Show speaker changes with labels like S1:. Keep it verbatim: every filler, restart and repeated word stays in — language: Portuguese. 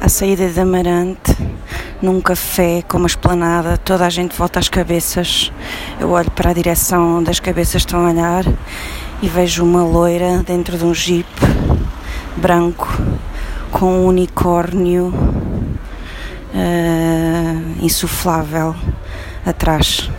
S1: à saída de Amarante, num café com uma esplanada, toda a gente volta as cabeças. Eu olho para a direção onde as cabeças estão a olhar e vejo uma loira dentro de um jeep branco com um unicórnio uh, insuflável atrás.